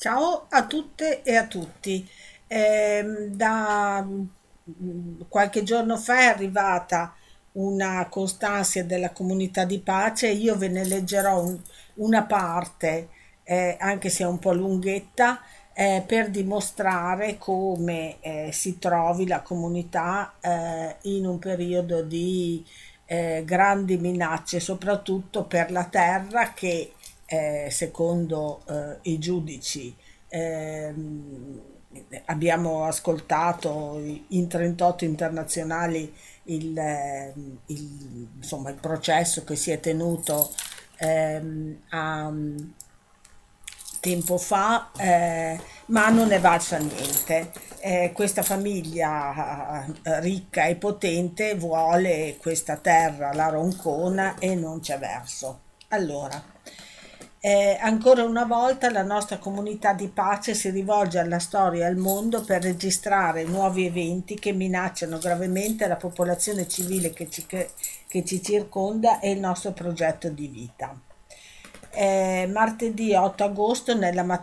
Ciao a tutte e a tutti. Da qualche giorno fa è arrivata una costanza della comunità di pace. Io ve ne leggerò una parte, anche se è un po' lunghetta, per dimostrare come si trovi la comunità in un periodo di grandi minacce, soprattutto per la terra che secondo i giudici abbiamo ascoltato in 38 internazionali insomma, il processo che si è tenuto a tempo fa, ma non ne valsa niente. Questa famiglia ricca e potente vuole questa terra, la Roncona, e non c'è verso. Allora, ancora una volta la nostra comunità di pace si rivolge alla storia e al mondo per registrare nuovi eventi che minacciano gravemente la popolazione civile che ci circonda e il nostro progetto di vita. Martedì 8 agosto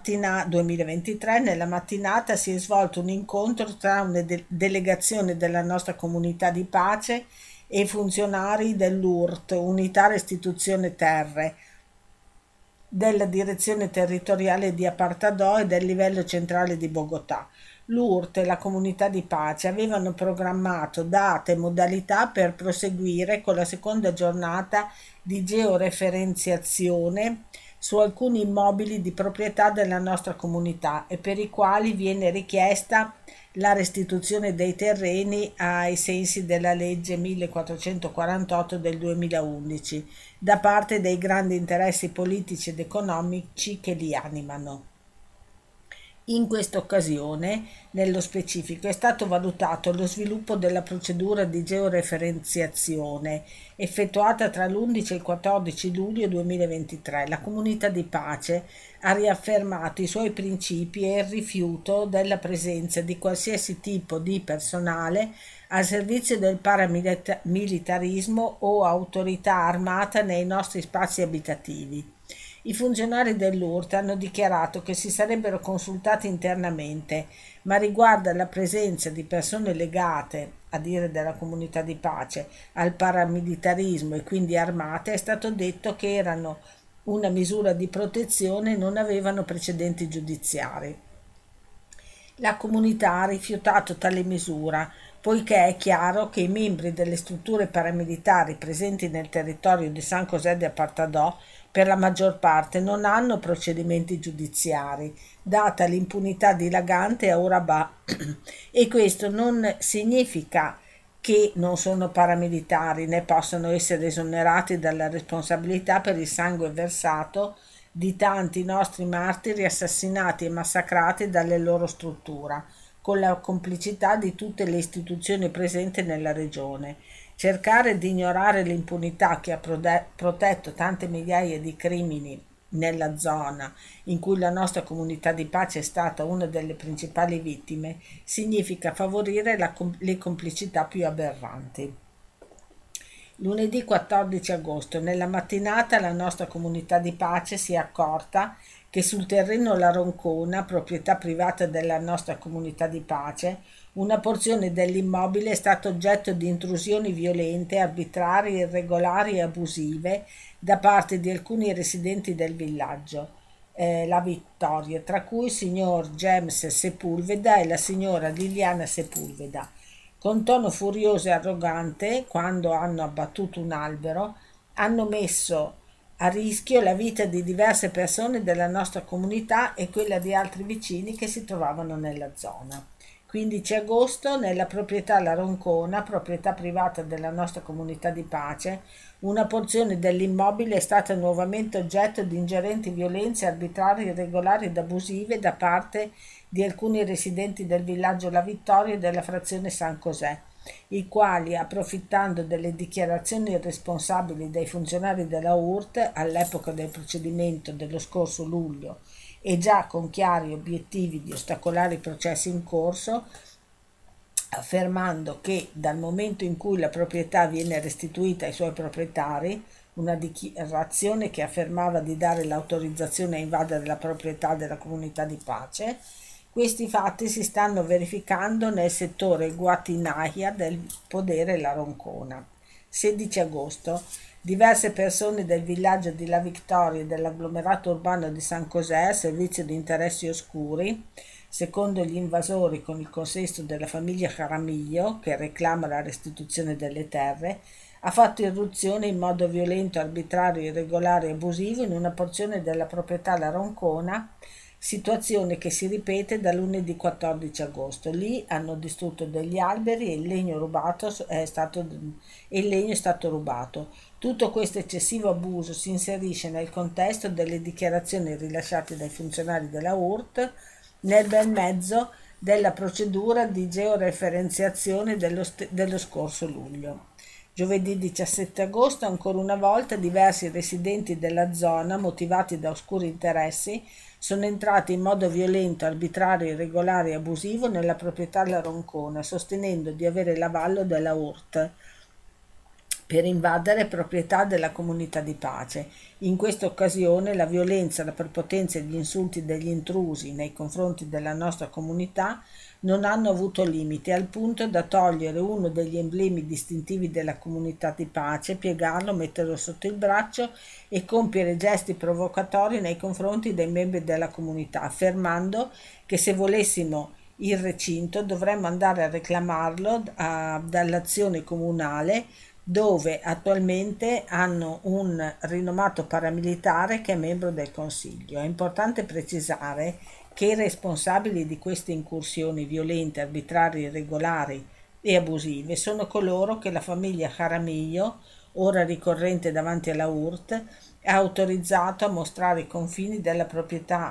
2023, nella mattinata si è svolto un incontro tra una delegazione della nostra comunità di pace e funzionari dell'URT, Unità Restituzione Terre, della direzione territoriale di Apartadò e del livello centrale di Bogotà. L'URT e la comunità di pace avevano programmato date e modalità per proseguire con la seconda giornata di georeferenziazione su alcuni immobili di proprietà della nostra comunità e per i quali viene richiesta la restituzione dei terreni ai sensi della legge 1448 del 2011 da parte dei grandi interessi politici ed economici che li animano. In questa occasione, nello specifico, è stato valutato lo sviluppo della procedura di georeferenziazione effettuata tra l'11 e il 14 luglio 2023. La comunità di pace ha riaffermato i suoi principi e il rifiuto della presenza di qualsiasi tipo di personale al servizio del paramilitarismo o autorità armata nei nostri spazi abitativi. I funzionari dell'URT hanno dichiarato che si sarebbero consultati internamente, ma riguardo alla presenza di persone legate, a dire della comunità di pace, al paramilitarismo e quindi armate, è stato detto che erano una misura di protezione e non avevano precedenti giudiziari. La comunità ha rifiutato tale misura, poiché è chiaro che i membri delle strutture paramilitari presenti nel territorio di San José de Apartadó per la maggior parte non hanno procedimenti giudiziari, data l'impunità dilagante a Urabá e questo non significa che non sono paramilitari né possono essere esonerati dalla responsabilità per il sangue versato di tanti nostri martiri assassinati e massacrati dalle loro strutture, con la complicità di tutte le istituzioni presenti nella regione. Cercare di ignorare l'impunità che ha protetto tante migliaia di crimini nella zona in cui la nostra comunità di pace è stata una delle principali vittime significa favorire le complicità più aberranti. Lunedì 14 agosto, nella mattinata, la nostra comunità di pace si è accorta che sul terreno La Roncona, proprietà privata della nostra comunità di pace, una porzione dell'immobile è stata oggetto di intrusioni violente, arbitrarie, irregolari e abusive da parte di alcuni residenti del villaggio. La Vittoria, tra cui il signor James Sepulveda e la signora Liliana Sepulveda. Con tono furioso e arrogante, quando hanno abbattuto un albero, hanno messo a rischio la vita di diverse persone della nostra comunità e quella di altri vicini che si trovavano nella zona. 15 agosto, nella proprietà La Roncona, proprietà privata della nostra comunità di pace, una porzione dell'immobile è stata nuovamente oggetto di ingerenti violenze arbitrarie, irregolari ed abusive da parte di alcuni residenti del villaggio La Vittoria e della frazione San José, i quali, approfittando delle dichiarazioni irresponsabili dei funzionari della URT all'epoca del procedimento dello scorso luglio e già con chiari obiettivi di ostacolare i processi in corso, affermando che dal momento in cui la proprietà viene restituita ai suoi proprietari, una dichiarazione che affermava di dare l'autorizzazione a invadere la proprietà della comunità di pace. Questi fatti si stanno verificando nel settore Guatinahia del podere La Roncona. 16 agosto. Diverse persone del villaggio di La Victoria e dell'agglomerato urbano di San José, a servizio di interessi oscuri, secondo gli invasori con il consenso della famiglia Jaramillo, che reclama la restituzione delle terre, ha fatto irruzione in modo violento, arbitrario, irregolare e abusivo in una porzione della proprietà La Roncona, situazione che si ripete da lunedì 14 agosto. Lì hanno distrutto degli alberi e il legno è stato rubato. Tutto questo eccessivo abuso si inserisce nel contesto delle dichiarazioni rilasciate dai funzionari della URT nel bel mezzo della procedura di georeferenziazione dello scorso luglio. Giovedì 17 agosto, ancora una volta, diversi residenti della zona, motivati da oscuri interessi, sono entrati in modo violento, arbitrario, irregolare e abusivo nella proprietà La Roncona, sostenendo di avere l'avallo della URT per invadere proprietà della comunità di pace. In questa occasione la violenza, la prepotenza e gli insulti degli intrusi nei confronti della nostra comunità non hanno avuto limiti, al punto da togliere uno degli emblemi distintivi della comunità di pace, piegarlo, metterlo sotto il braccio e compiere gesti provocatori nei confronti dei membri della comunità, affermando che se volessimo il recinto dovremmo andare a reclamarlo dall'azione comunale, dove attualmente hanno un rinomato paramilitare che è membro del Consiglio. È importante precisare che i responsabili di queste incursioni violente, arbitrarie, irregolari e abusive sono coloro che la famiglia Jaramillo, ora ricorrente davanti alla URT, ha autorizzato a mostrare i confini della proprietà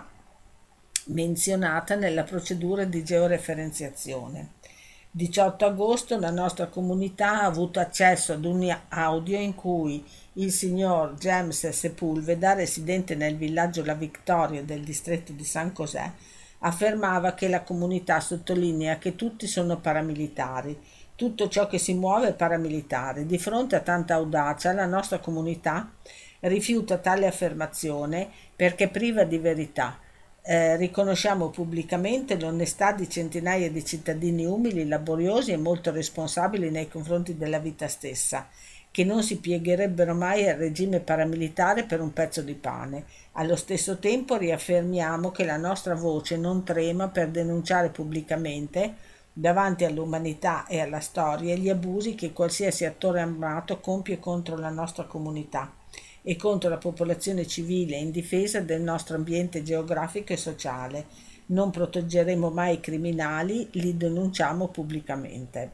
menzionata nella procedura di georeferenziazione. 18 agosto la nostra comunità ha avuto accesso ad un audio in cui il signor James Sepulveda, residente nel villaggio La Victoria del distretto di San José, affermava che la comunità sottolinea che tutti sono paramilitari. Tutto ciò che si muove è paramilitare. Di fronte a tanta audacia, la nostra comunità rifiuta tale affermazione perché priva di verità. Riconosciamo pubblicamente l'onestà di centinaia di cittadini umili, laboriosi e molto responsabili nei confronti della vita stessa, che non si piegherebbero mai al regime paramilitare per un pezzo di pane. Allo stesso tempo riaffermiamo che la nostra voce non trema per denunciare pubblicamente, davanti all'umanità e alla storia, gli abusi che qualsiasi attore armato compie contro la nostra comunità e contro la popolazione civile in difesa del nostro ambiente geografico e sociale. Non proteggeremo mai i criminali, li denunciamo pubblicamente.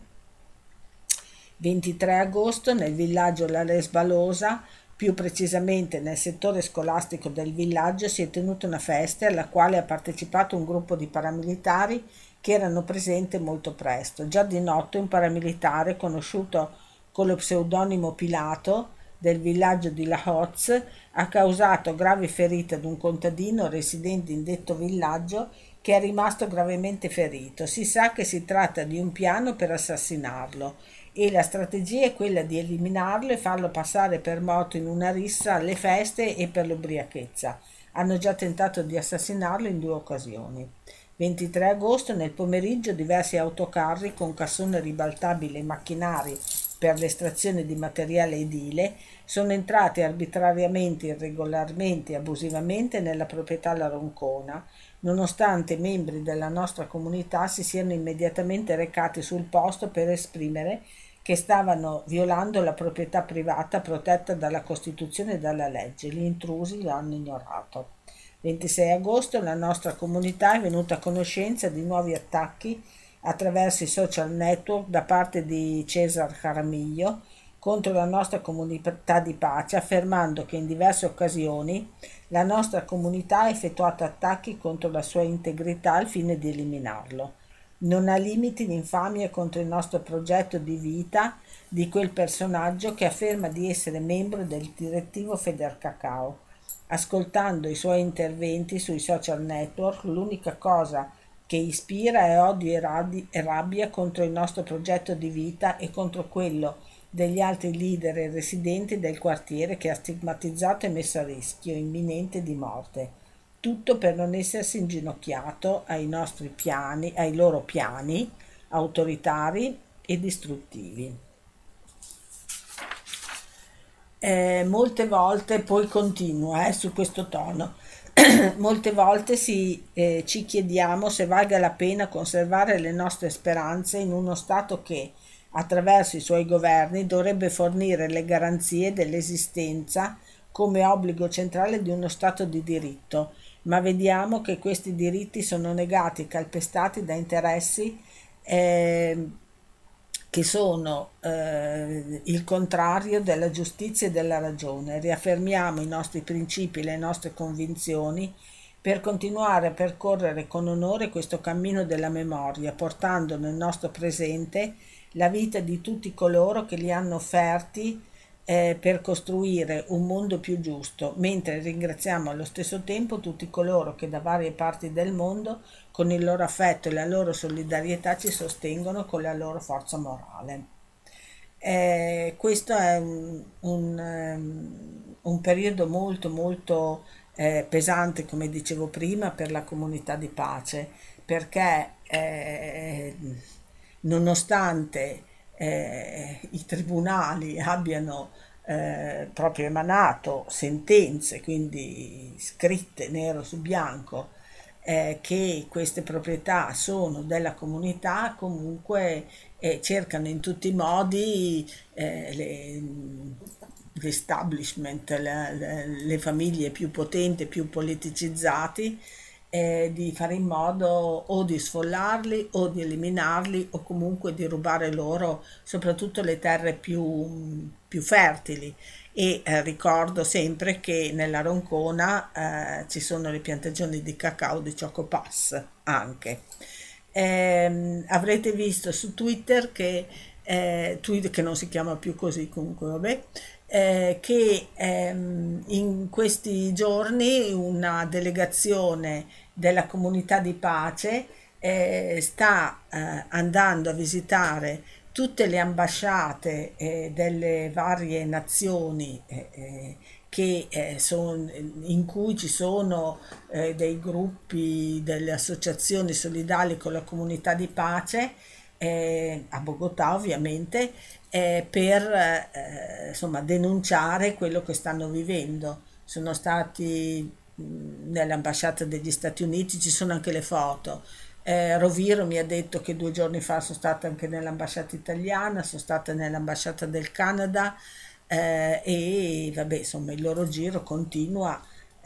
23 agosto nel villaggio La Resbalosa, più precisamente nel settore scolastico del villaggio, si è tenuta una festa alla quale ha partecipato un gruppo di paramilitari che erano presenti molto presto. Già di notte un paramilitare conosciuto con lo pseudonimo Pilato del villaggio di La Hoz ha causato gravi ferite ad un contadino residente in detto villaggio che è rimasto gravemente ferito. Si sa che si tratta di un piano per assassinarlo e la strategia è quella di eliminarlo e farlo passare per morto in una rissa alle feste e per l'ubriachezza. Hanno già tentato di assassinarlo in 2 occasioni. 23 agosto nel pomeriggio diversi autocarri con cassone ribaltabile e macchinari per l'estrazione di materiale edile sono entrati arbitrariamente, irregolarmente e abusivamente nella proprietà La Roncona, nonostante membri della nostra comunità si siano immediatamente recati sul posto per esprimere che stavano violando la proprietà privata protetta dalla Costituzione e dalla legge. Gli intrusi l'hanno ignorato. 26 agosto la nostra comunità è venuta a conoscenza di nuovi attacchi attraverso i social network da parte di Cesar Jaramillo contro la nostra comunità di pace, affermando che in diverse occasioni la nostra comunità ha effettuato attacchi contro la sua integrità al fine di eliminarlo. Non ha limiti l'infamia contro il nostro progetto di vita di quel personaggio che afferma di essere membro del direttivo Federcacao. Ascoltando i suoi interventi sui social network, l'unica cosa che ispira è odio e rabbia contro il nostro progetto di vita e contro quello degli altri leader e residenti del quartiere che ha stigmatizzato e messo a rischio imminente di morte. Tutto per non essersi inginocchiato ai nostri piani, ai loro piani autoritari e distruttivi. Molte volte, poi continua su questo tono, molte volte ci chiediamo se valga la pena conservare le nostre speranze in uno Stato che, attraverso i suoi governi, dovrebbe fornire le garanzie dell'esistenza come obbligo centrale di uno Stato di diritto, ma vediamo che questi diritti sono negati e calpestati da interessi eh, che sono il contrario della giustizia e della ragione. Riaffermiamo i nostri principi, le nostre convinzioni per continuare a percorrere con onore questo cammino della memoria, portando nel nostro presente la vita di tutti coloro che li hanno offerti per costruire un mondo più giusto, mentre ringraziamo allo stesso tempo tutti coloro che da varie parti del mondo con il loro affetto e la loro solidarietà ci sostengono con la loro forza morale. Questo è un periodo molto molto pesante, come dicevo prima, per la comunità di pace, perché nonostante i tribunali abbiano proprio emanato sentenze, quindi scritte nero su bianco, che queste proprietà sono della comunità, comunque cercano in tutti i modi l'establishment, le famiglie più potenti, più politicizzati, di fare in modo o di sfollarli o di eliminarli o comunque di rubare loro soprattutto le terre più fertili. E ricordo sempre che nella Roncona ci sono le piantagioni di cacao di Choco Pass anche. Avrete visto su Twitter Twitter che non si chiama più così comunque, vabbè, che in questi giorni una delegazione della comunità di pace sta andando a visitare tutte le ambasciate delle varie nazioni in cui ci sono dei gruppi, delle associazioni solidali con la comunità di pace, a Bogotà ovviamente, per insomma, denunciare quello che stanno vivendo. Sono stati nell'ambasciata degli Stati Uniti, ci sono anche le foto. Roviro mi ha detto che 2 giorni fa sono stata anche nell'ambasciata italiana, sono stata nell'ambasciata del Canada, e vabbè, insomma, il loro giro continua,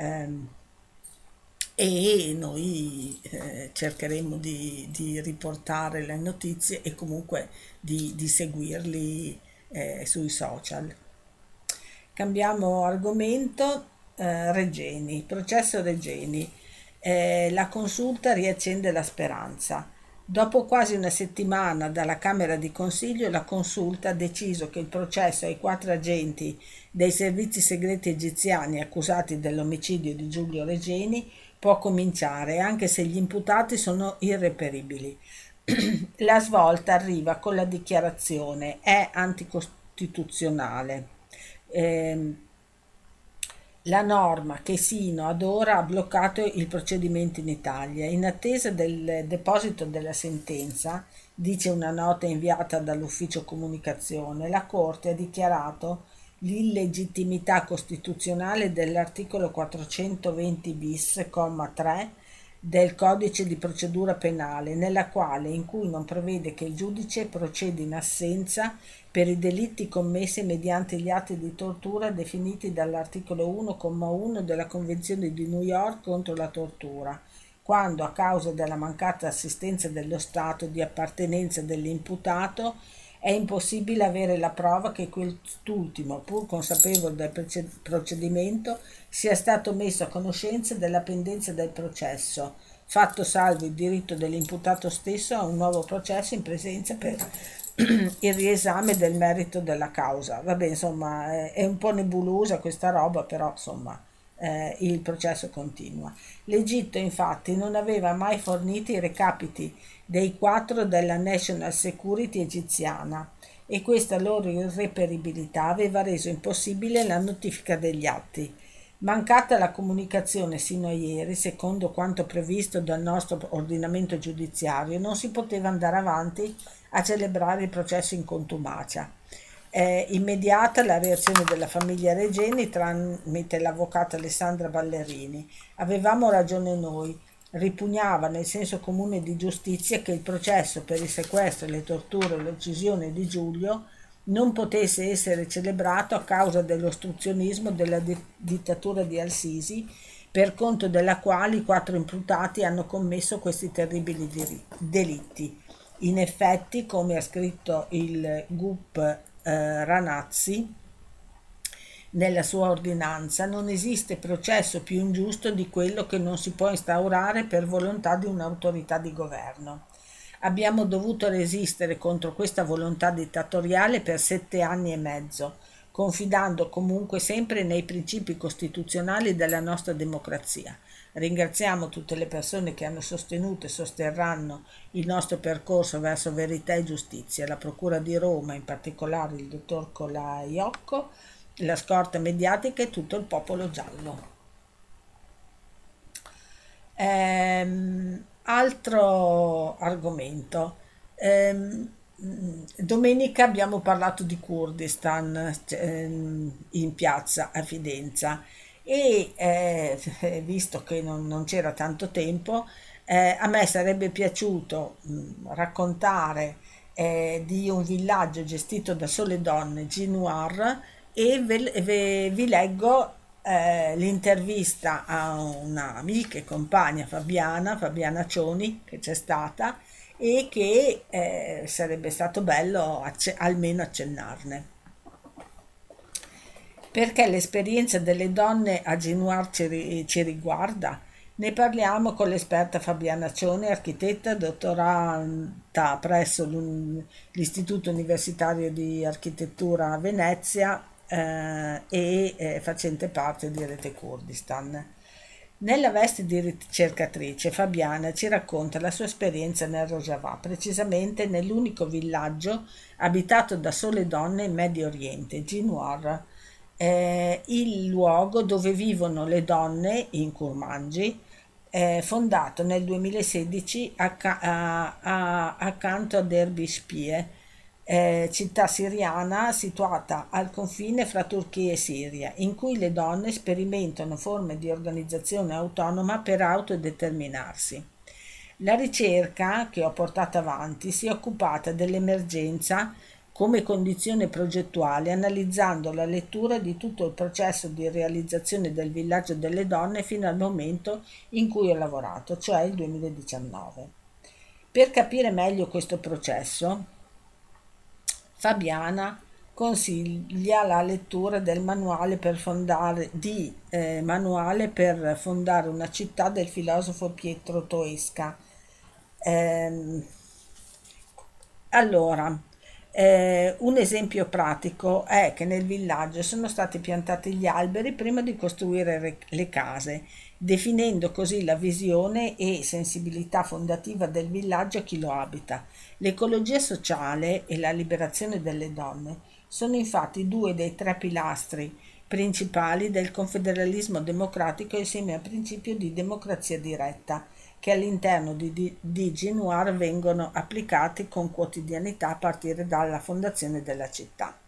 e noi cercheremo di riportare le notizie e comunque di seguirli sui social. Cambiamo argomento, Regeni, processo Regeni. La consulta riaccende la speranza. Dopo quasi una settimana dalla Camera di Consiglio, la consulta ha deciso che il processo ai 4 agenti dei servizi segreti egiziani accusati dell'omicidio di Giulio Regeni può cominciare, anche se gli imputati sono irreperibili. La svolta arriva con la dichiarazione è anticostituzionale. Ehm, la norma che sino ad ora ha bloccato il procedimento in Italia. In attesa del deposito della sentenza, dice una nota inviata dall'Ufficio Comunicazione, la Corte ha dichiarato l'illegittimità costituzionale dell'articolo 420 bis, comma 3 del Codice di procedura penale, in cui non prevede che il giudice proceda in assenza per i delitti commessi mediante gli atti di tortura definiti dall'articolo 1,1 della Convenzione di New York contro la tortura, quando a causa della mancata assistenza dello Stato di appartenenza dell'imputato è impossibile avere la prova che quest'ultimo, pur consapevole del procedimento, sia stato messo a conoscenza della pendenza del processo, fatto salvo il diritto dell'imputato stesso a un nuovo processo in presenza per il riesame del merito della causa. Vabbè, insomma, è un po' nebulosa questa roba, però insomma il processo continua. L'Egitto infatti non aveva mai fornito i recapiti dei 4 della National Security egiziana, e questa loro irreperibilità aveva reso impossibile la notifica degli atti. Mancata la comunicazione sino a ieri, secondo quanto previsto dal nostro ordinamento giudiziario, non si poteva andare avanti a celebrare il processo in contumacia. È immediata la reazione della famiglia Regeni tramite l'avvocato Alessandra Ballerini. Avevamo ragione noi, ripugnava nel senso comune di giustizia che il processo per il sequestro, le torture e l'uccisione di Giulio non potesse essere celebrato a causa dell'ostruzionismo della dittatura di Al-Sisi, per conto della quale i 4 imputati hanno commesso questi terribili delitti. In effetti, come ha scritto il GUP Ranazzi nella sua ordinanza, non esiste processo più ingiusto di quello che non si può instaurare per volontà di un'autorità di governo. Abbiamo dovuto resistere contro questa volontà dittatoriale per 7 anni e mezzo, confidando comunque sempre nei principi costituzionali della nostra democrazia. Ringraziamo tutte le persone che hanno sostenuto e sosterranno il nostro percorso verso verità e giustizia, la Procura di Roma, in particolare il dottor Colaiocco, la scorta mediatica e tutto il popolo giallo. Altro argomento. Domenica abbiamo parlato di Kurdistan in piazza a Fidenza e visto che non c'era tanto tempo, a me sarebbe piaciuto raccontare di un villaggio gestito da sole donne, Ginuar, e vi leggo l'intervista a un'amica e compagna Fabiana Cioni, che c'è stata e che sarebbe stato bello almeno accennarne. Perché l'esperienza delle donne a Ginuar ci riguarda? Ne parliamo con l'esperta Fabiana Cioni, architetta, dottorata presso l'Istituto Universitario di Architettura a Venezia e facente parte di Rete Kurdistan. Nella veste di ricercatrice, Fabiana ci racconta la sua esperienza nel Rojava, precisamente nell'unico villaggio abitato da sole donne in Medio Oriente, Ginuar, il luogo dove vivono le donne in Kurmanji, fondato nel 2016 accanto a Derbyshpie, città siriana situata al confine fra Turchia e Siria, in cui le donne sperimentano forme di organizzazione autonoma per autodeterminarsi. La ricerca che ho portato avanti si è occupata dell'emergenza come condizione progettuale, analizzando la lettura di tutto il processo di realizzazione del villaggio delle donne fino al momento in cui ho lavorato, cioè il 2019. Per capire meglio questo processo, Fabiana consiglia la lettura del manuale per fondare una città del filosofo Pietro Toesca. Allora, un esempio pratico è che nel villaggio sono stati piantati gli alberi prima di costruire le case, definendo così la visione e sensibilità fondativa del villaggio a chi lo abita. L'ecologia sociale e la liberazione delle donne sono infatti 2 dei 3 pilastri principali del confederalismo democratico insieme al principio di democrazia diretta, che all'interno di Ginuar vengono applicati con quotidianità a partire dalla fondazione della città.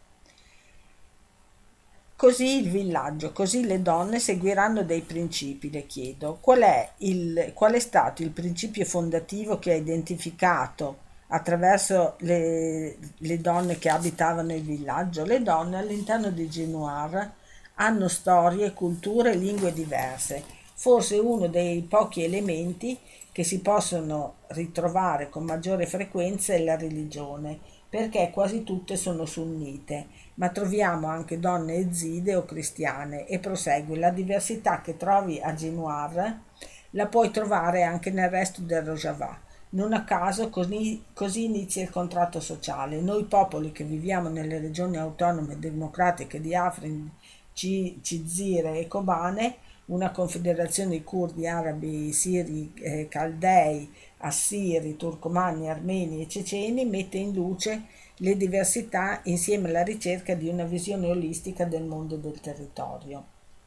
Così il villaggio, così le donne seguiranno dei principi, le chiedo. Qual è stato il principio fondativo che ha identificato attraverso le donne che abitavano il villaggio? Le donne all'interno di Ginuar hanno storie, culture e lingue diverse. Forse uno dei pochi elementi che si possono ritrovare con maggiore frequenza è la religione, perché quasi tutte sono sunnite, ma troviamo anche donne ezide o cristiane, e prosegue: la diversità che trovi a Ginuar la puoi trovare anche nel resto del Rojava. Non a caso così inizia il contratto sociale. Noi popoli che viviamo nelle regioni autonome e democratiche di Afrin, Cizire e Kobane, una confederazione di curdi, arabi, siri, caldei, assiri, turcomani, armeni e ceceni, mette in luce le diversità insieme alla ricerca di una visione olistica del mondo e del territorio.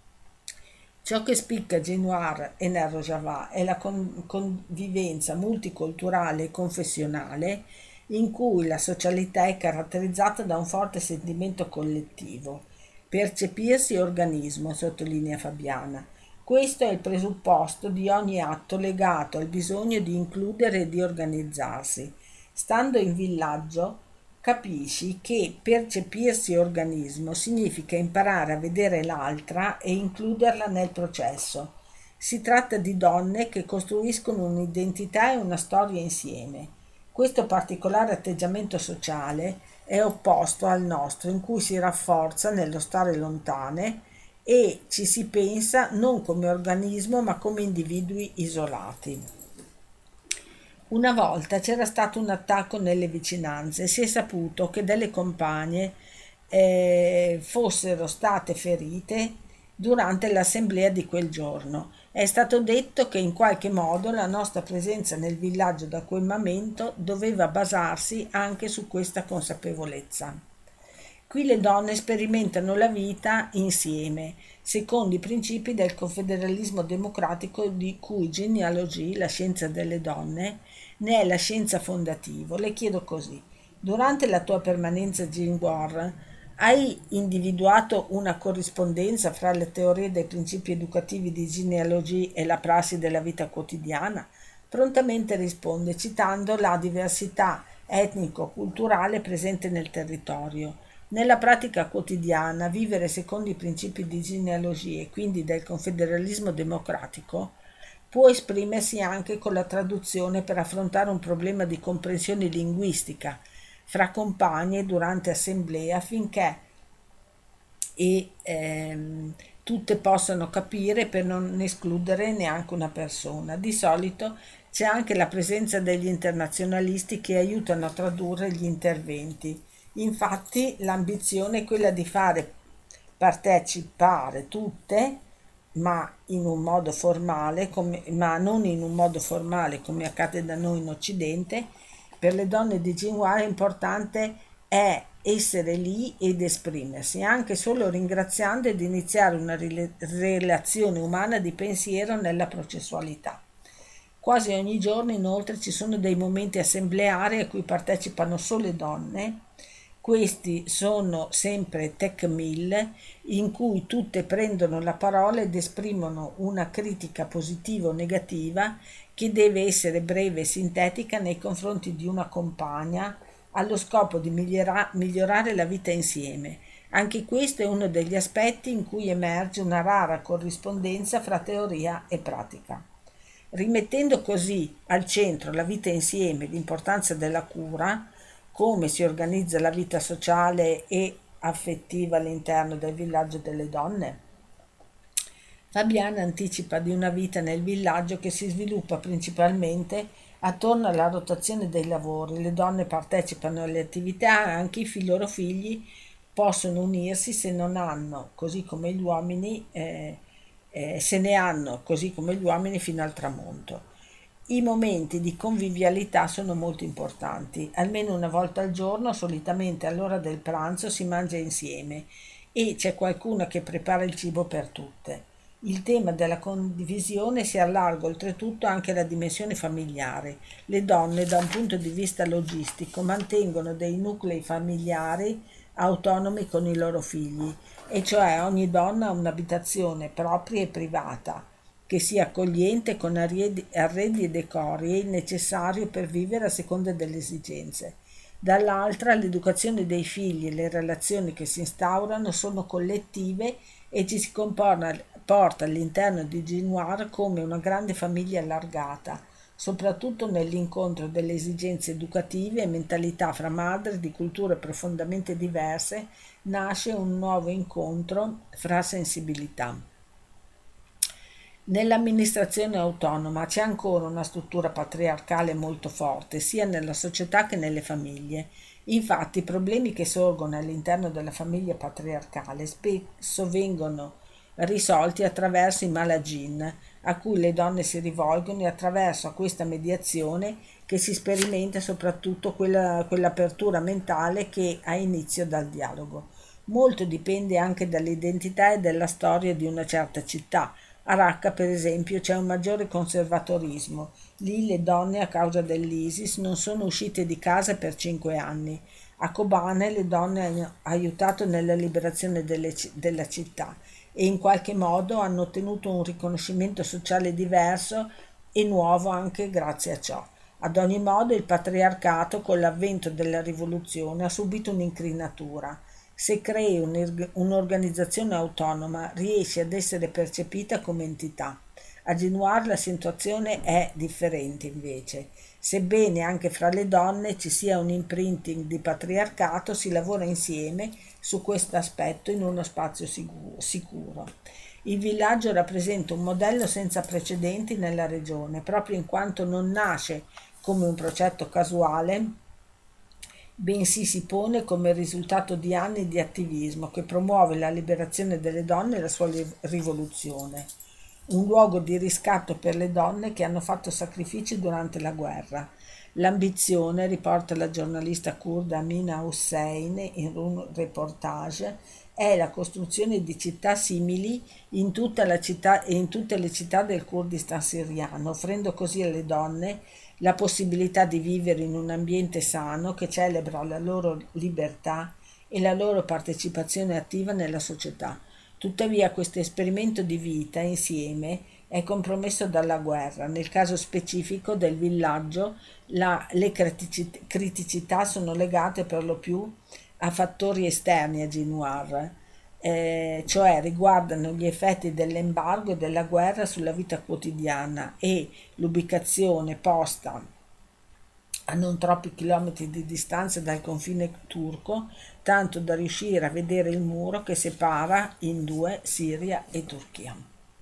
Ciò che spicca Ginoir e nel Rojava è la convivenza multiculturale e confessionale in cui la socialità è caratterizzata da un forte sentimento collettivo, percepirsi organismo, sottolinea Fabiana. Questo è il presupposto di ogni atto legato al bisogno di includere e di organizzarsi. Stando in villaggio, capisci che percepirsi organismo significa imparare a vedere l'altra e includerla nel processo. Si tratta di donne che costruiscono un'identità e una storia insieme. Questo particolare atteggiamento sociale è opposto al nostro, in cui si rafforza nello stare lontane e ci si pensa non come organismo ma come individui isolati. Una volta c'era stato un attacco nelle vicinanze e si è saputo che delle compagne fossero state ferite durante l'assemblea di quel giorno. È stato detto che in qualche modo la nostra presenza nel villaggio da quel momento doveva basarsi anche su questa consapevolezza. Qui le donne sperimentano la vita insieme, secondo i principi del confederalismo democratico di cui genealogia, la scienza delle donne, ne è la scienza fondativa. Le chiedo così: durante la tua permanenza a Gingwar, hai individuato una corrispondenza fra le teorie dei principi educativi di genealogia e la prassi della vita quotidiana? Prontamente risponde citando la diversità etnico-culturale presente nel territorio. Nella pratica quotidiana, vivere secondo i principi di genealogia e quindi del confederalismo democratico può esprimersi anche con la traduzione per affrontare un problema di comprensione linguistica fra compagne durante assemblea affinché tutte possano capire per non escludere neanche una persona. Di solito c'è anche la presenza degli internazionalisti che aiutano a tradurre gli interventi. Infatti l'ambizione è quella di fare partecipare tutte, ma in un modo formale, ma non in un modo formale come accade da noi in Occidente. Per le donne di Jinhua importante è essere lì ed esprimersi, anche solo ringraziando ed iniziare una relazione umana di pensiero nella processualità. Quasi ogni giorno inoltre ci sono dei momenti assembleari a cui partecipano solo donne. Questi sono sempre tech mill in cui tutte prendono la parola ed esprimono una critica positiva o negativa che deve essere breve e sintetica nei confronti di una compagna allo scopo di migliorare la vita insieme. Anche questo è uno degli aspetti in cui emerge una rara corrispondenza fra teoria e pratica. Rimettendo così al centro la vita insieme, l'importanza della cura, come si organizza la vita sociale e affettiva all'interno del villaggio delle donne. Fabiana anticipa di una vita nel villaggio che si sviluppa principalmente attorno alla rotazione dei lavori. Le donne partecipano alle attività, anche i loro figli possono unirsi se non hanno, così come gli uomini, se ne hanno, così come gli uomini, fino al tramonto. I momenti di convivialità sono molto importanti. Almeno una volta al giorno, solitamente all'ora del pranzo, si mangia insieme e c'è qualcuno che prepara il cibo per tutte. Il tema della condivisione si allarga oltretutto anche alla dimensione familiare. Le donne, da un punto di vista logistico, mantengono dei nuclei familiari autonomi con i loro figli, e cioè ogni donna ha un'abitazione propria e privata, che sia accogliente con arredi e decori e il necessario per vivere a seconda delle esigenze. Dall'altra, l'educazione dei figli e le relazioni che si instaurano sono collettive e ci si porta all'interno di Ginoir come una grande famiglia allargata, soprattutto nell'incontro delle esigenze educative e mentalità fra madri di culture profondamente diverse, nasce un nuovo incontro fra sensibilità. Nell'amministrazione autonoma c'è ancora una struttura patriarcale molto forte, sia nella società che nelle famiglie. Infatti i problemi che sorgono all'interno della famiglia patriarcale spesso vengono risolti attraverso i malagin, a cui le donne si rivolgono e attraverso a questa mediazione che si sperimenta soprattutto quell'apertura mentale che ha inizio dal dialogo. Molto dipende anche dall'identità e dalla storia di una certa città. A Raqqa, per esempio, c'è un maggiore conservatorismo. Lì le donne, a causa dell'ISIS, non sono uscite di casa per 5 anni. A Kobane le donne hanno aiutato nella liberazione della città e in qualche modo hanno ottenuto un riconoscimento sociale diverso e nuovo anche grazie a ciò. Ad ogni modo, il patriarcato, con l'avvento della rivoluzione, ha subito un'incrinatura. Se crei un'organizzazione autonoma, riesci ad essere percepita come entità. A Ginoir la situazione è differente invece. Sebbene anche fra le donne ci sia un imprinting di patriarcato, si lavora insieme su questo aspetto in uno spazio sicuro. Il villaggio rappresenta un modello senza precedenti nella regione, proprio in quanto non nasce come un progetto casuale, bensì si pone come il risultato di anni di attivismo che promuove la liberazione delle donne e la sua rivoluzione. Un luogo di riscatto per le donne che hanno fatto sacrifici durante la guerra. L'ambizione, riporta la giornalista curda Amina Hussein in un reportage, è la costruzione di città simili in tutta la città e in tutte le città del Kurdistan siriano, offrendo così alle donne la possibilità di vivere in un ambiente sano che celebra la loro libertà e la loro partecipazione attiva nella società. Tuttavia questo esperimento di vita insieme è compromesso dalla guerra. Nel caso specifico del villaggio le criticità sono legate per lo più a fattori esterni a Ginoir, cioè riguardano gli effetti dell'embargo e della guerra sulla vita quotidiana e l'ubicazione posta a non troppi chilometri di distanza dal confine turco, tanto da riuscire a vedere il muro che separa in due Siria e Turchia.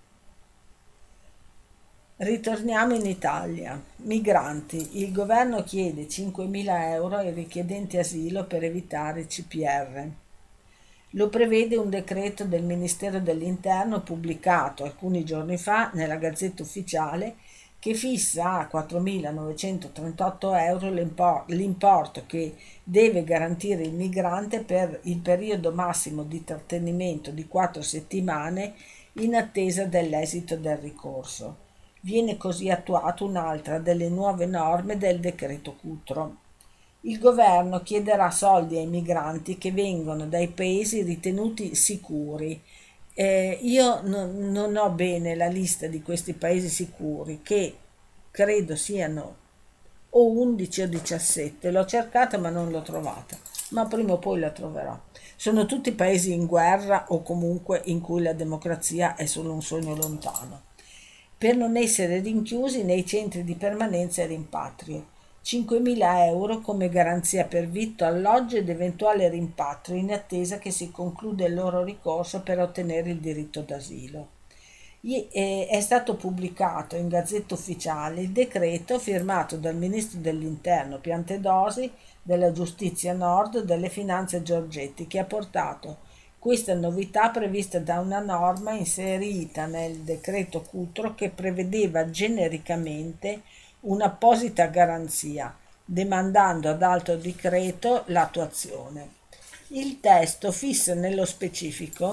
Ritorniamo in Italia. Migranti. Il governo chiede 5.000 euro ai richiedenti asilo per evitare CPR. Lo prevede un decreto del Ministero dell'Interno pubblicato alcuni giorni fa nella Gazzetta Ufficiale che fissa a 4.938 euro l'importo che deve garantire il migrante per il periodo massimo di trattenimento di 4 settimane in attesa dell'esito del ricorso. Viene così attuata un'altra delle nuove norme del decreto Cutro. Il governo chiederà soldi ai migranti che vengono dai paesi ritenuti sicuri. Io non ho bene la lista di questi paesi sicuri, che credo siano o 11 o 17. L'ho cercata ma non l'ho trovata, ma prima o poi la troverò. Sono tutti paesi in guerra o comunque in cui la democrazia è solo un sogno lontano, per non essere rinchiusi nei centri di permanenza e rimpatrio. 5.000 euro come garanzia per vitto, alloggio ed eventuale rimpatrio in attesa che si concluda il loro ricorso per ottenere il diritto d'asilo. È stato pubblicato in Gazzetta Ufficiale il decreto firmato dal Ministro dell'Interno Piantedosi, della Giustizia Nord, delle Finanze Giorgetti, che ha portato questa novità prevista da una norma inserita nel decreto Cutro che prevedeva genericamente un'apposita garanzia, demandando ad altro decreto l'attuazione. Il testo fissa nello specifico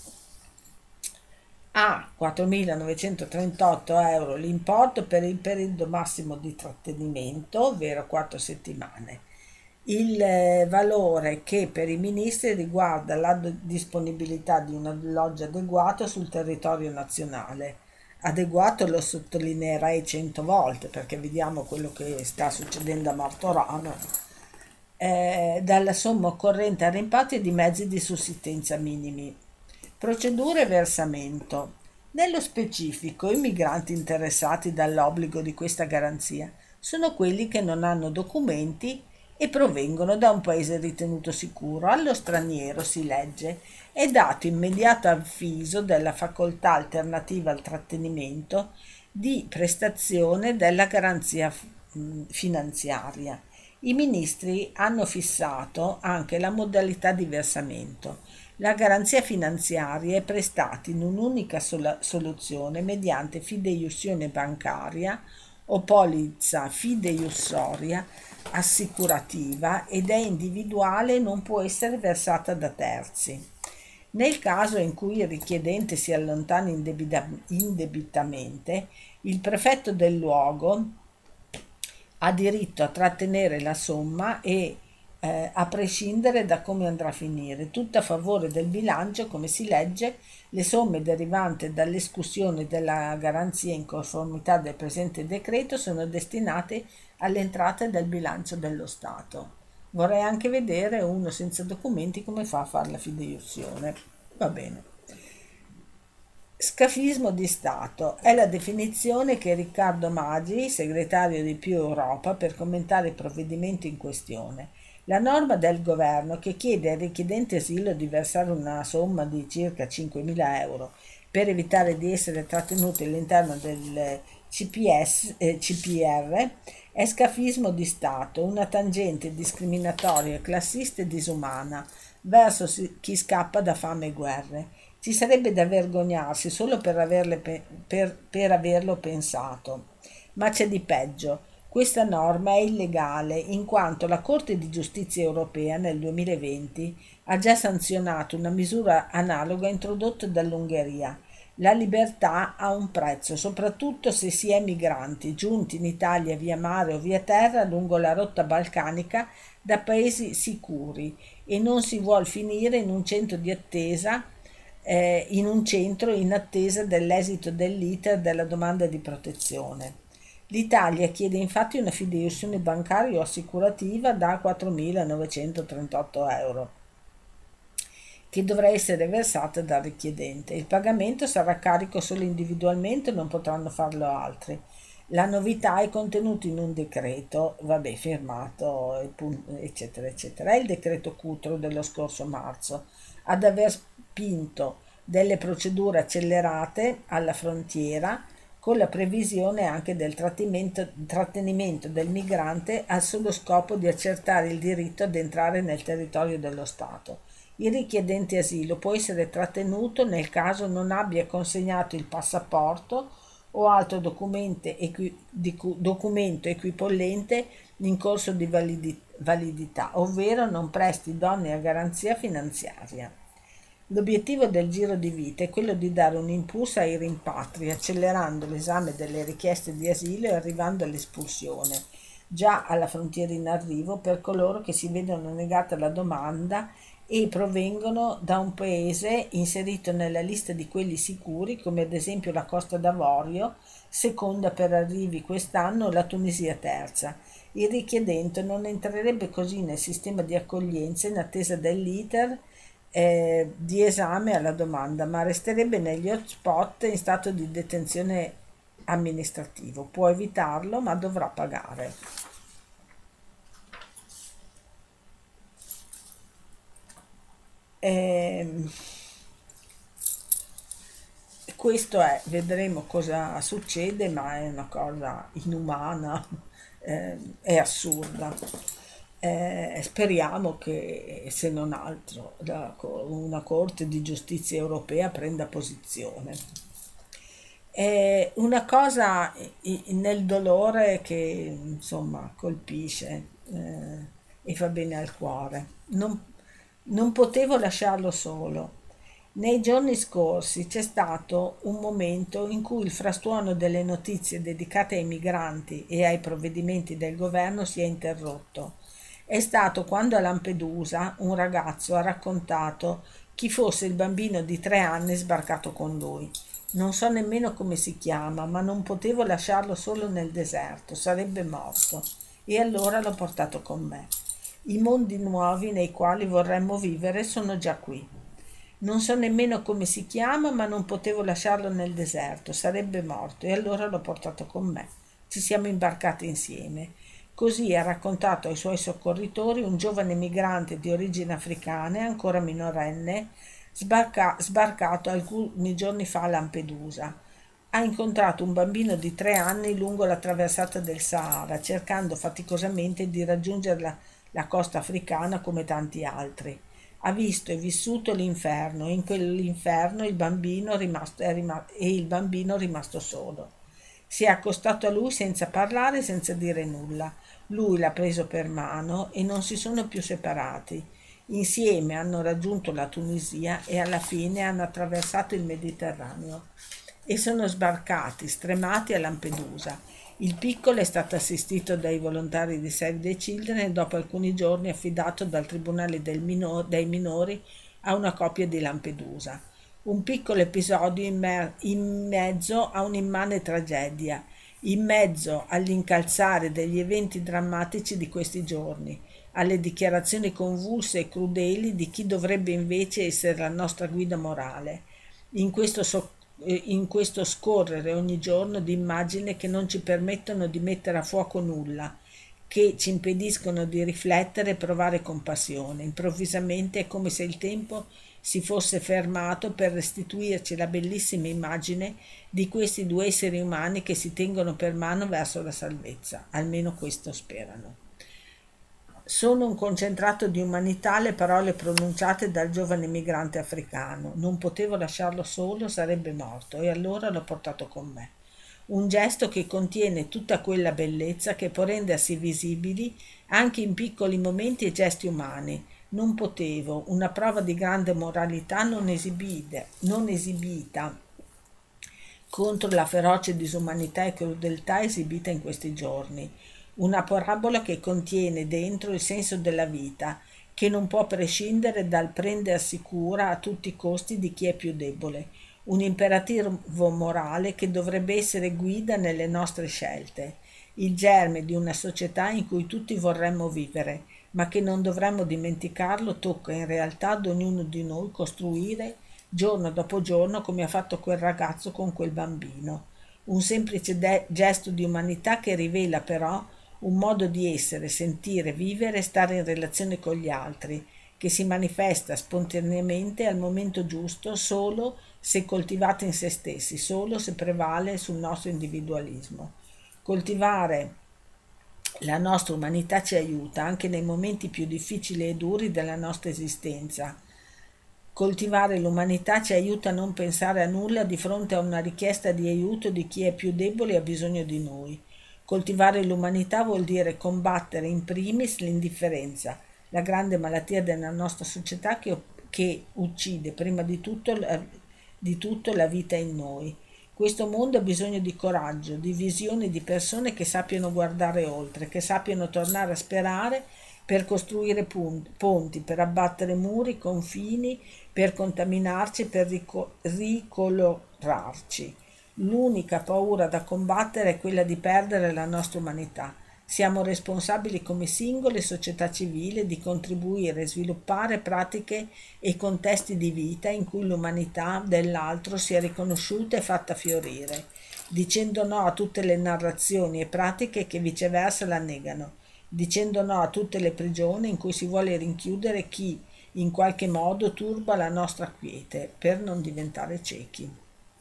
a 4.938 euro l'importo per il periodo massimo di trattenimento, ovvero 4 settimane. Il valore che per i ministri riguarda la disponibilità di un alloggio adeguato sul territorio nazionale. Adeguato lo sottolineerei 100 volte perché vediamo quello che sta succedendo a Martorano, dalla somma occorrente a rimpatrio di mezzi di sussistenza minimi. Procedure e versamento. Nello specifico, i migranti interessati dall'obbligo di questa garanzia sono quelli che non hanno documenti e provengono da un paese ritenuto sicuro. Allo straniero, si legge, è dato immediato avviso della facoltà alternativa al trattenimento di prestazione della garanzia finanziaria. I ministri hanno fissato anche la modalità di versamento. La garanzia finanziaria è prestata in un'unica soluzione mediante fideiussione bancaria o polizza fideiussoria assicurativa ed è individuale e non può essere versata da terzi. Nel caso in cui il richiedente si allontani indebitamente, il prefetto del luogo ha diritto a trattenere la somma e a prescindere da come andrà a finire, tutto a favore del bilancio, come si legge, le somme derivanti dall'escussione della garanzia in conformità del presente decreto sono destinate alle entrate del bilancio dello Stato. Vorrei anche vedere uno senza documenti come fa a fare la fideiussione. Va bene. Scafismo di Stato è la definizione che Riccardo Maggi, segretario di Più Europa, per commentare il provvedimento in questione. La norma del governo che chiede ai richiedenti asilo di versare una somma di circa 5.000 euro per evitare di essere trattenuti all'interno del CPR è scafismo di Stato, una tangente discriminatoria, classista e disumana verso chi scappa da fame e guerre. Ci sarebbe da vergognarsi solo per averlo pensato. Ma c'è di peggio. Questa norma è illegale in quanto la Corte di Giustizia europea nel 2020 ha già sanzionato una misura analoga introdotta dall'Ungheria. La libertà ha un prezzo, soprattutto se si è migranti giunti in Italia via mare o via terra lungo la rotta balcanica da paesi sicuri e non si vuol finire in un centro di attesa in un centro in attesa dell'esito dell'iter della domanda di protezione. L'Italia chiede infatti una fideiussione bancaria o assicurativa da 4.938 euro, che dovrà essere versata dal richiedente. Il pagamento sarà a carico solo individualmente, non potranno farlo altri. La novità è contenuta in un decreto, firmato, eccetera, eccetera. È il decreto Cutro dello scorso marzo, ad aver spinto delle procedure accelerate alla frontiera, con la previsione anche del trattenimento del migrante al solo scopo di accertare il diritto ad entrare nel territorio dello Stato. Il richiedente asilo può essere trattenuto nel caso non abbia consegnato il passaporto o altro documento equipollente in corso di validità, ovvero non presti idonea garanzia finanziaria. L'obiettivo del giro di vita è quello di dare un impulso ai rimpatri, accelerando l'esame delle richieste di asilo e arrivando all'espulsione, già alla frontiera in arrivo, per coloro che si vedono negata la domanda e provengono da un paese inserito nella lista di quelli sicuri, come ad esempio la Costa d'Avorio, seconda per arrivi quest'anno, la Tunisia terza. Il richiedente non entrerebbe così nel sistema di accoglienza in attesa dell'iter di esame alla domanda, ma resterebbe negli hotspot in stato di detenzione amministrativo. Può evitarlo, ma dovrà pagare. Questo vedremo cosa succede, ma è una cosa inumana, è assurda. Speriamo che, se non altro, una Corte di Giustizia europea prenda posizione. È una cosa nel dolore che insomma colpisce e fa bene al cuore. Non potevo lasciarlo solo. Nei giorni scorsi c'è stato un momento in cui il frastuono delle notizie dedicate ai migranti e ai provvedimenti del governo si è interrotto. È stato quando a Lampedusa un ragazzo ha raccontato chi fosse il bambino di 3 anni sbarcato con lui. Non so nemmeno come si chiama, ma non potevo lasciarlo solo nel deserto, sarebbe morto. E allora l'ho portato con me. I mondi nuovi nei quali vorremmo vivere sono già qui. Non so nemmeno come si chiama, ma non potevo lasciarlo nel deserto, sarebbe morto, e allora l'ho portato con me. Ci siamo imbarcati insieme. Così ha raccontato ai suoi soccorritori un giovane migrante di origine africana, ancora minorenne, sbarcato alcuni giorni fa a Lampedusa. Ha incontrato un bambino di 3 anni lungo la traversata del Sahara, cercando faticosamente di raggiungere la costa africana come tanti altri. Ha visto e vissuto l'inferno, e in quell'inferno il bambino e il bambino rimasto solo. Si è accostato a lui senza parlare, senza dire nulla. Lui l'ha preso per mano e non si sono più separati. Insieme hanno raggiunto la Tunisia e alla fine hanno attraversato il Mediterraneo e sono sbarcati, stremati a Lampedusa. Il piccolo è stato assistito dai volontari di Save the Children e dopo alcuni giorni affidato dal Tribunale dei minori a una coppia di Lampedusa. Un piccolo episodio in mezzo a un'immane tragedia, in mezzo all'incalzare degli eventi drammatici di questi giorni, alle dichiarazioni convulse e crudeli di chi dovrebbe invece essere la nostra guida morale, in questo scorrere ogni giorno di immagini che non ci permettono di mettere a fuoco nulla, che ci impediscono di riflettere e provare compassione. Improvvisamente è come se il tempo si fosse fermato per restituirci la bellissima immagine di questi due esseri umani che si tengono per mano verso la salvezza, almeno questo sperano. Sono un concentrato di umanità le parole pronunciate dal giovane migrante africano. Non potevo lasciarlo solo, sarebbe morto, e allora l'ho portato con me. Un gesto che contiene tutta quella bellezza che può rendersi visibili anche in piccoli momenti e gesti umani. Non potevo, una prova di grande moralità non esibita contro la feroce disumanità e crudeltà esibita in questi giorni. Una parabola che contiene dentro il senso della vita, che non può prescindere dal prendersi cura a tutti i costi di chi è più debole. Un imperativo morale che dovrebbe essere guida nelle nostre scelte, il germe di una società in cui tutti vorremmo vivere, ma che non dovremmo dimenticarlo tocca in realtà ad ognuno di noi costruire giorno dopo giorno come ha fatto quel ragazzo con quel bambino. Un semplice gesto di umanità che rivela però un modo di essere, sentire, vivere e stare in relazione con gli altri, che si manifesta spontaneamente al momento giusto solo se coltivato in se stessi, solo se prevale sul nostro individualismo. Coltivare la nostra umanità ci aiuta anche nei momenti più difficili e duri della nostra esistenza. Coltivare l'umanità ci aiuta a non pensare a nulla di fronte a una richiesta di aiuto di chi è più debole e ha bisogno di noi. Coltivare l'umanità vuol dire combattere in primis l'indifferenza, la grande malattia della nostra società che uccide prima di tutto la vita in noi. Questo mondo ha bisogno di coraggio, di visione, di persone che sappiano guardare oltre, che sappiano tornare a sperare per costruire ponti, per abbattere muri, confini, per contaminarci, per ricolorarci. L'unica paura da combattere è quella di perdere la nostra umanità. Siamo responsabili come singole società civili di contribuire e sviluppare pratiche e contesti di vita in cui l'umanità dell'altro sia riconosciuta e fatta fiorire, dicendo no a tutte le narrazioni e pratiche che viceversa la negano, dicendo no a tutte le prigioni in cui si vuole rinchiudere chi in qualche modo turba la nostra quiete per non diventare ciechi.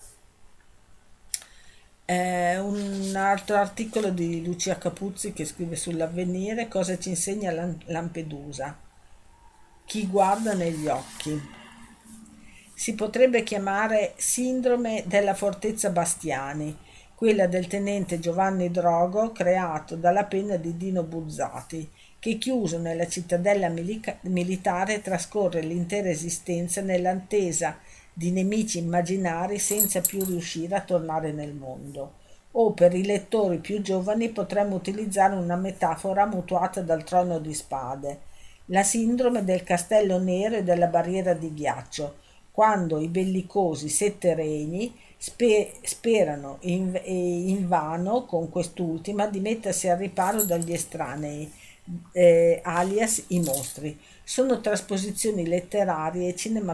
Un altro articolo di Lucia Capuzzi che scrive sull'Avvenire: cosa ci insegna Lampedusa? Chi guarda negli occhi. Si potrebbe chiamare sindrome della fortezza Bastiani, quella del tenente Giovanni Drogo creato dalla penna di Dino Buzzati, che chiuso nella cittadella militare trascorre l'intera esistenza nell'attesa di nemici immaginari senza più riuscire a tornare nel mondo. O per i lettori più giovani potremmo utilizzare una metafora mutuata dal Trono di Spade, la sindrome del castello nero e della barriera di ghiaccio, quando i bellicosi sette regni sperano invano con quest'ultima di mettersi al riparo dagli estranei, alias i mostri. Sono trasposizioni letterarie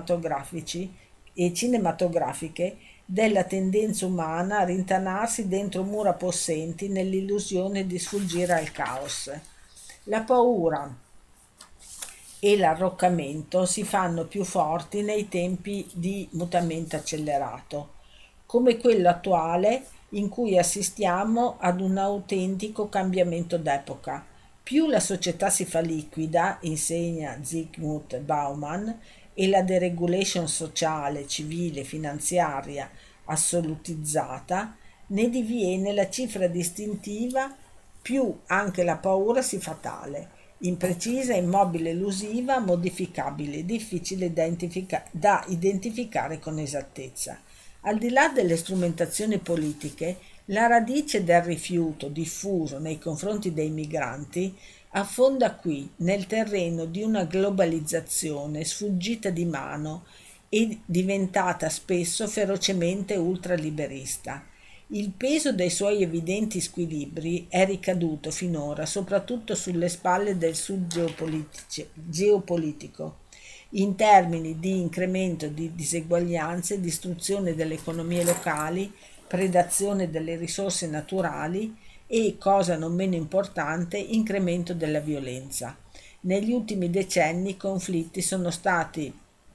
e cinematografiche della tendenza umana a rintanarsi dentro mura possenti nell'illusione di sfuggire al caos. La paura e l'arroccamento si fanno più forti nei tempi di mutamento accelerato, come quello attuale in cui assistiamo ad un autentico cambiamento d'epoca. Più la società si fa liquida, insegna Zygmunt Bauman, e la deregulation sociale, civile, finanziaria assolutizzata, ne diviene la cifra distintiva, più anche la paura si fa tale, imprecisa, immobile, elusiva, modificabile, difficile da identificare con esattezza. Al di là delle strumentazioni politiche, la radice del rifiuto diffuso nei confronti dei migranti affonda qui nel terreno di una globalizzazione sfuggita di mano e diventata spesso ferocemente ultraliberista. Il peso dei suoi evidenti squilibri è ricaduto finora soprattutto sulle spalle del sud geopolitico, in termini di incremento di diseguaglianze, distruzione delle economie locali, predazione delle risorse naturali e, cosa non meno importante, incremento della violenza. Negli ultimi decenni i conflitti sono stati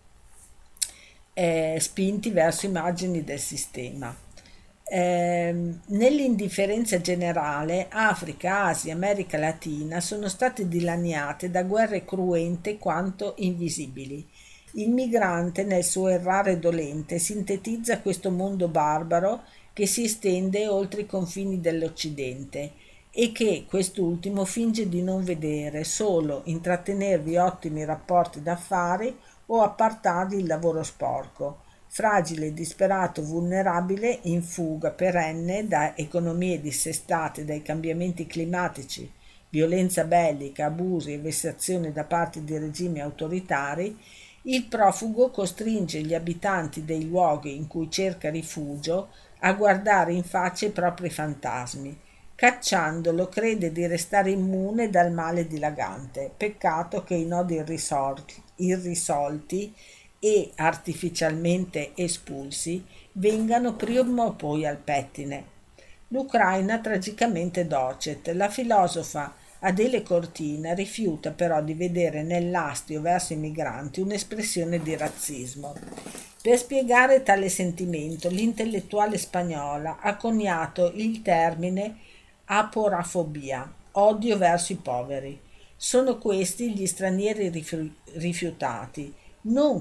spinti verso i margini del sistema. Nell'indifferenza generale, Africa, Asia, America Latina sono state dilaniate da guerre cruente quanto invisibili. Il migrante, nel suo errare dolente, sintetizza questo mondo barbaro che si estende oltre i confini dell'Occidente e che quest'ultimo finge di non vedere, solo intrattenervi ottimi rapporti d'affari o appartargli il lavoro sporco. Fragile, disperato, vulnerabile, in fuga perenne da economie dissestate dai cambiamenti climatici, violenza bellica, abusi e vessazioni da parte di regimi autoritari, il profugo costringe gli abitanti dei luoghi in cui cerca rifugio a guardare in faccia i propri fantasmi. Cacciandolo crede di restare immune dal male dilagante. Peccato che i nodi irrisolti e artificialmente espulsi vengano prima o poi al pettine. L'Ucraina tragicamente docet. La filosofa Adele Cortina rifiuta però di vedere nell'astio verso i migranti un'espressione di razzismo. Per spiegare tale sentimento, l'intellettuale spagnola ha coniato il termine aporafobia, odio verso i poveri. Sono questi gli stranieri rifiutati, non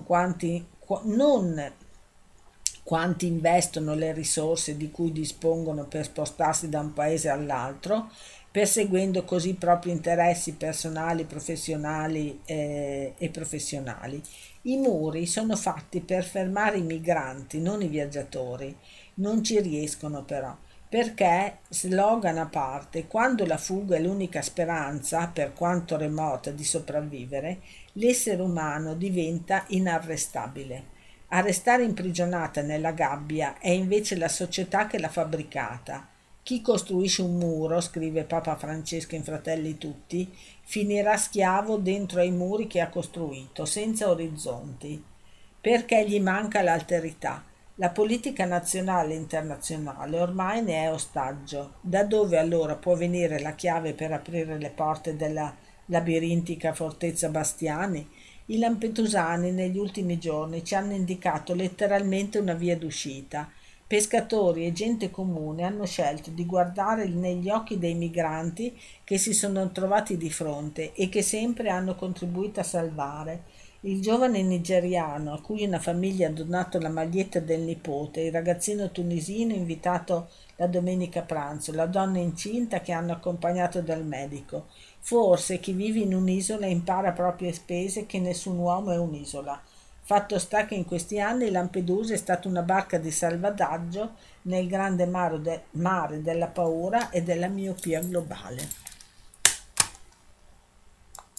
quanti investono le risorse di cui dispongono per spostarsi da un paese all'altro, perseguendo così i propri interessi personali, professionali e professionali. I muri sono fatti per fermare i migranti, non i viaggiatori. Non ci riescono però, perché, slogan a parte, quando la fuga è l'unica speranza, per quanto remota, di sopravvivere, l'essere umano diventa inarrestabile. A restare imprigionata nella gabbia è invece la società che l'ha fabbricata. Chi costruisce un muro, scrive Papa Francesco in Fratelli Tutti, finirà schiavo dentro ai muri che ha costruito, senza orizzonti, perché gli manca l'alterità. La politica nazionale e internazionale ormai ne è ostaggio. Da dove allora può venire la chiave per aprire le porte della labirintica fortezza Bastiani? I lampedusani negli ultimi giorni ci hanno indicato letteralmente una via d'uscita. Pescatori e gente comune hanno scelto di guardare negli occhi dei migranti che si sono trovati di fronte e che sempre hanno contribuito a salvare. Il giovane nigeriano a cui una famiglia ha donato la maglietta del nipote, il ragazzino tunisino invitato la domenica a pranzo, la donna incinta che hanno accompagnato dal medico. Forse chi vive in un'isola impara a proprie spese che nessun uomo è un'isola. Fatto sta che in questi anni Lampedusa è stata una barca di salvataggio nel grande mare della paura e della miopia globale.